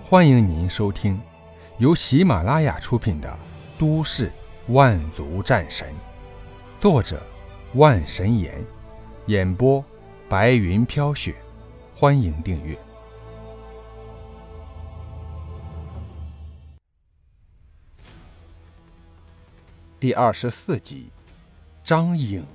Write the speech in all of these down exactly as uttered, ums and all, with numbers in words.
欢迎您收听由喜马拉雅出品的《都市万族战神》，作者万神岩，演播白云飘雪。欢迎订阅。第二十四集，张颖。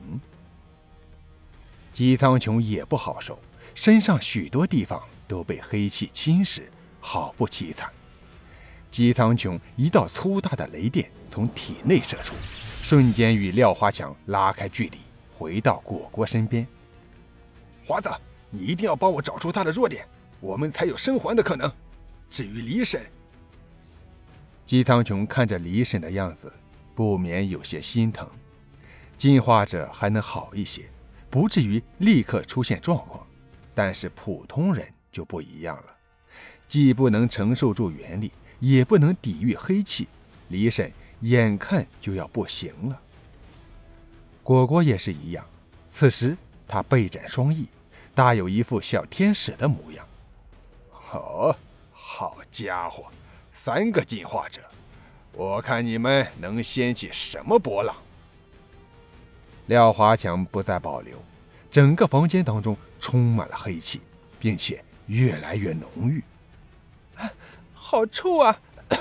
姬苍穹也不好受，身上许多地方都被黑气侵蚀，好不凄惨。姬苍穹一道粗大的雷电从体内射出，瞬间与廖华强拉开距离，回到果果身边。 华子，你一定要帮我找出他的弱点，我们才有生还的可能。至于李婶…… 姬苍穹看着李婶的样子，不免有些心疼。进化者还能好一些，不至于立刻出现状况，但是普通人就不一样了，既不能承受住原力，也不能抵御黑气，李婶眼看就要不行了。果果也是一样，此时他背展双翼，大有一副小天使的模样。 哦，好家伙，三个进化者，我看你们能掀起什么波浪。 廖华强不再保留，整个房间当中充满了黑气，并且越来越浓郁。 好臭啊！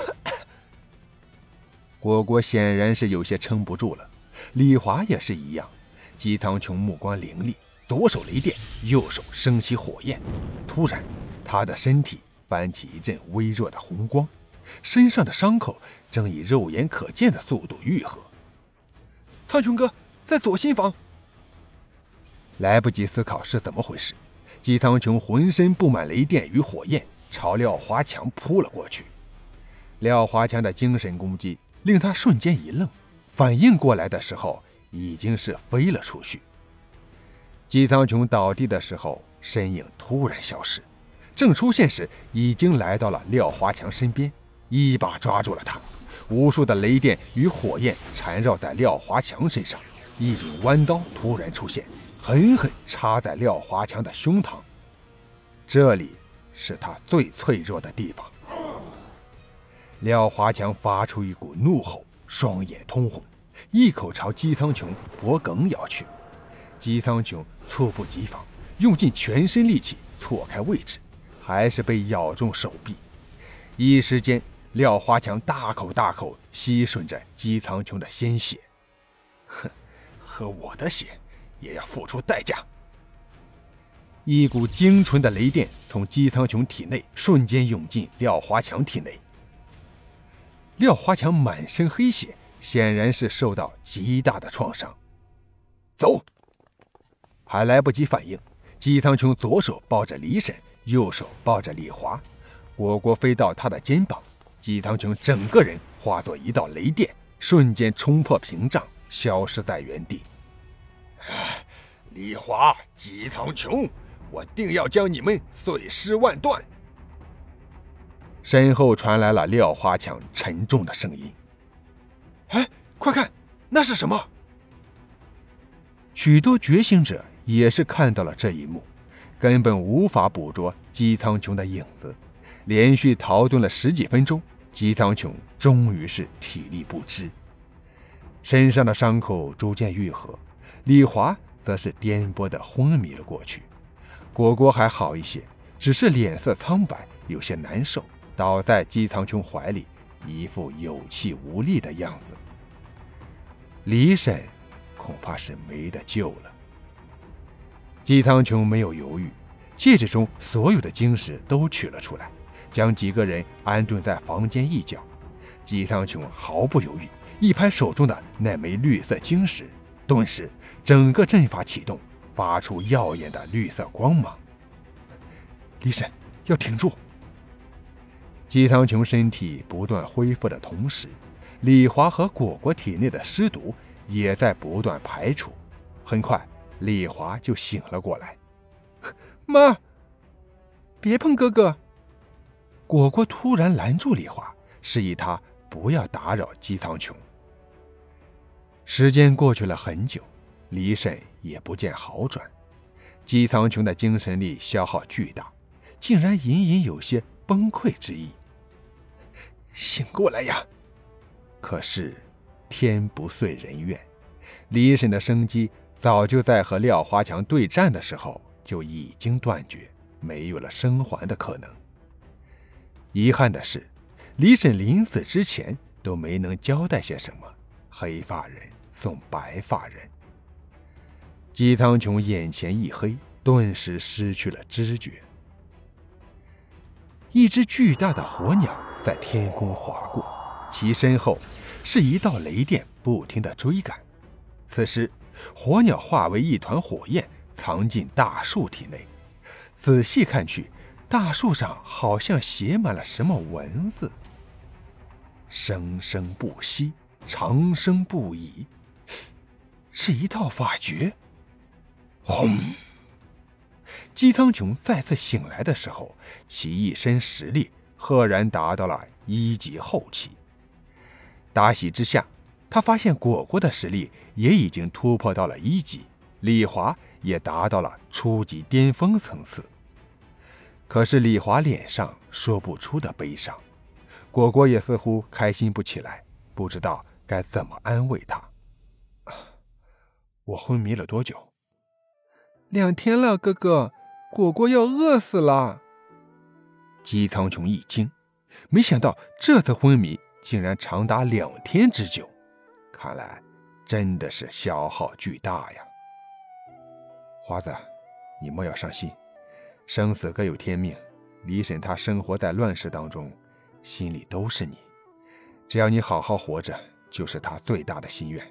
果果显然是有些撑不住了，李华也是一样。姬苍穹目光凌厉，左手雷电，右手升起火焰。突然，他的身体翻起一阵微弱的红光，身上的伤口正以肉眼可见的速度愈合。 苍穹哥在左心房。 来不及思考是怎么回事，姬苍穹浑身布满雷电与火焰，朝廖华强扑了过去。廖华强的精神攻击令他瞬间一愣，反应过来的时候已经是飞了出去。姬苍穹倒地的时候，身影突然消失，正出现时已经来到了廖华强身边，一把抓住了他。无数的雷电与火焰缠绕在廖华强身上，一柄弯刀突然出现，狠狠插在廖华强的胸膛。这里是他最脆弱的地方。廖华强发出一股怒吼，双眼通红，一口朝姬苍穹脖颈咬去。姬苍穹猝不及防，用尽全身力气错开位置，还是被咬中手臂。一时间，廖华强大口大口吸吮着姬苍穹的鲜血。 哼，喝我的血也要付出代价。 一股精纯的雷电从姬苍穹体内瞬间涌进廖华强体内。廖华强满身黑血，显然是受到极大的创伤。 走！ 还来不及反应，姬苍穹左手抱着李婶，右手抱着李华，果果飞到他的肩膀，姬苍穹整个人化作一道雷电，瞬间冲破屏障，消失在原地。 李华、姬苍穹，我定要将你们碎尸万段！ 身后传来了廖华强沉重的声音：“ 哎，快看，那是什么？” 许多觉醒者也是看到了这一幕，根本无法捕捉姬苍穹的影子。连续逃遁了十几分钟，姬苍穹终于是体力不支，身上的伤口逐渐愈合。李华则是颠簸地昏迷了过去。果果还好一些，只是脸色苍白，有些难受，倒在姬苍穹怀里，一副有气无力的样子。李婶恐怕是没得救了。姬苍穹没有犹豫，戒指中所有的晶石都取了出来，将几个人安顿在房间一角。姬苍穹毫不犹豫，一拍手中的那枚绿色晶石，顿时整个阵法启动，发出耀眼的绿色光芒。李婶，要挺住！姬苍穹身体不断恢复的同时，李华和果果体内的尸毒也在不断排除。很快，李华就醒了过来。 妈，别碰哥哥！ 果果突然拦住李华，示意他不要打扰姬苍穹。时间过去了很久，李婶也不见好转。姬苍穹的精神力消耗巨大，竟然隐隐有些崩溃之意。 醒过来呀！可是天不遂人愿，李婶的生机早就在和廖华强对战的时候就已经断绝，没有了生还的可能。遗憾的是，李婶临死之前都没能交代些什么，黑发人送白发人。姬苍穹眼前一黑，顿时失去了知觉。一只巨大的火鸟在天空划过，其身后是一道雷电不停地追赶。此时火鸟化为一团火焰，藏进大树体内。仔细看去，大树上好像写满了什么文字：生生不息，长生不已。是一套法诀。轰！姬苍穹再次醒来的时候，其一身实力赫然达到了一级后期。大喜之下，他发现果果的实力也已经突破到了一级，李华也达到了初级巅峰层次。可是李华脸上说不出的悲伤，果果也似乎开心不起来，不知道该怎么安慰他。我昏迷了多久？ 两天了，哥哥，果果要饿死了。 姬苍穹一惊，没想到这次昏迷竟然长达两天之久，看来真的是消耗巨大呀。华子，你莫要伤心，生死各有天命，李婶她生活在乱世当中，心里都是你，只要你好好活着，就是她最大的心愿。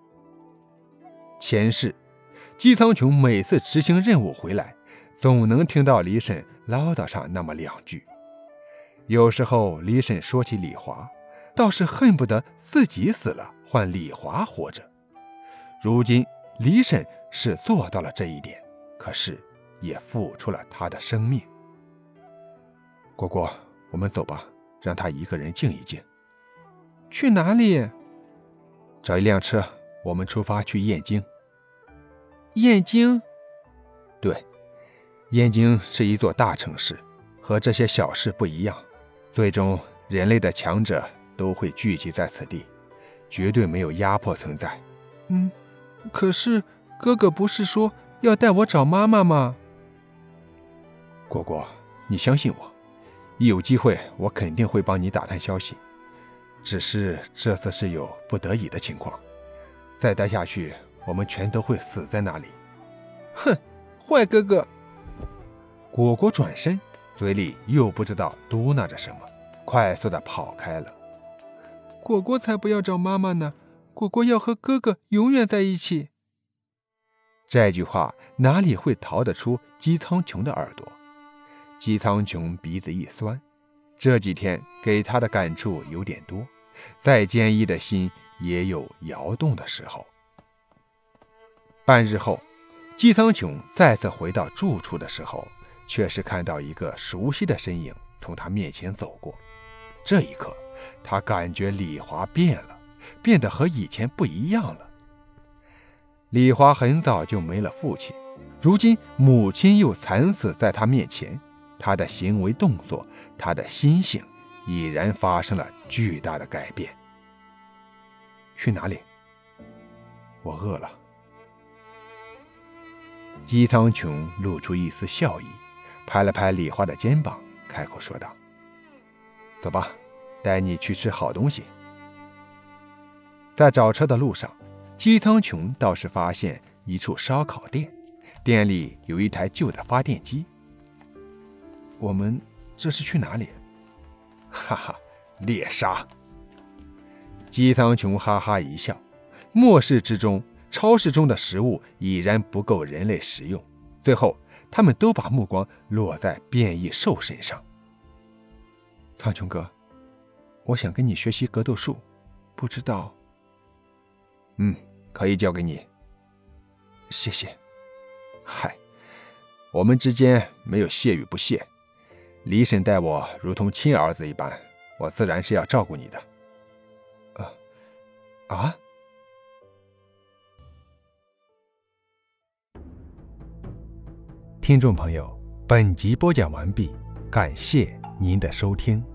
前世姬苍穹每次执行任务回来，总能听到李婶唠叨上那么两句。有时候李婶说起李华，倒是恨不得自己死了换李华活着。如今李婶是做到了这一点，可是也付出了她的生命。果果，我们走吧，让她一个人静一静。 去哪里？ 找一辆车，我们出发去燕京。 燕京？ 对，燕京是一座大城市，和这些小市不一样，最终人类的强者都会聚集在此地，绝对没有压迫存在。 嗯，可是哥哥不是说要带我找妈妈吗？ 果果，你相信我，一有机会我肯定会帮你打探消息，只是这次是有不得已的情况，再待下去我们全都会死在那里。 哼，坏哥哥！ 果果转身，嘴里又不知道嘟囔着什么，快速地跑开了。 果果才不要找妈妈呢，果果要和哥哥永远在一起。 这句话哪里会逃得出姬苍穹的耳朵？姬苍穹鼻子一酸，这几天给他的感触有点多，再坚毅的心也有摇动的时候。半日后，姬苍穹再次回到住处的时候，却是看到一个熟悉的身影从他面前走过。这一刻，他感觉李华变了，变得和以前不一样了。李华很早就没了父亲，如今母亲又惨死在他面前，他的行为动作，他的心性已然发生了巨大的改变。去哪里？我饿了。姬苍穹露出一丝笑意，拍了拍李华的肩膀，开口说道：走吧，带你去吃好东西。在找车的路上，姬苍穹倒是发现一处烧烤店，店里有一台旧的发电机。我们这是去哪里？哈哈，猎杀！姬苍穹哈哈一笑，末世之中，超市中的食物已然不够人类食用，最后他们都把目光落在变异兽身上。苍穹哥，我想跟你学习格斗术，不知道……嗯，可以交给你。谢谢。嗨，我们之间没有谢与不谢，李婶待我如同亲儿子一般，我自然是要照顾你的。呃，啊？听众朋友，本集播讲完毕，感谢您的收听。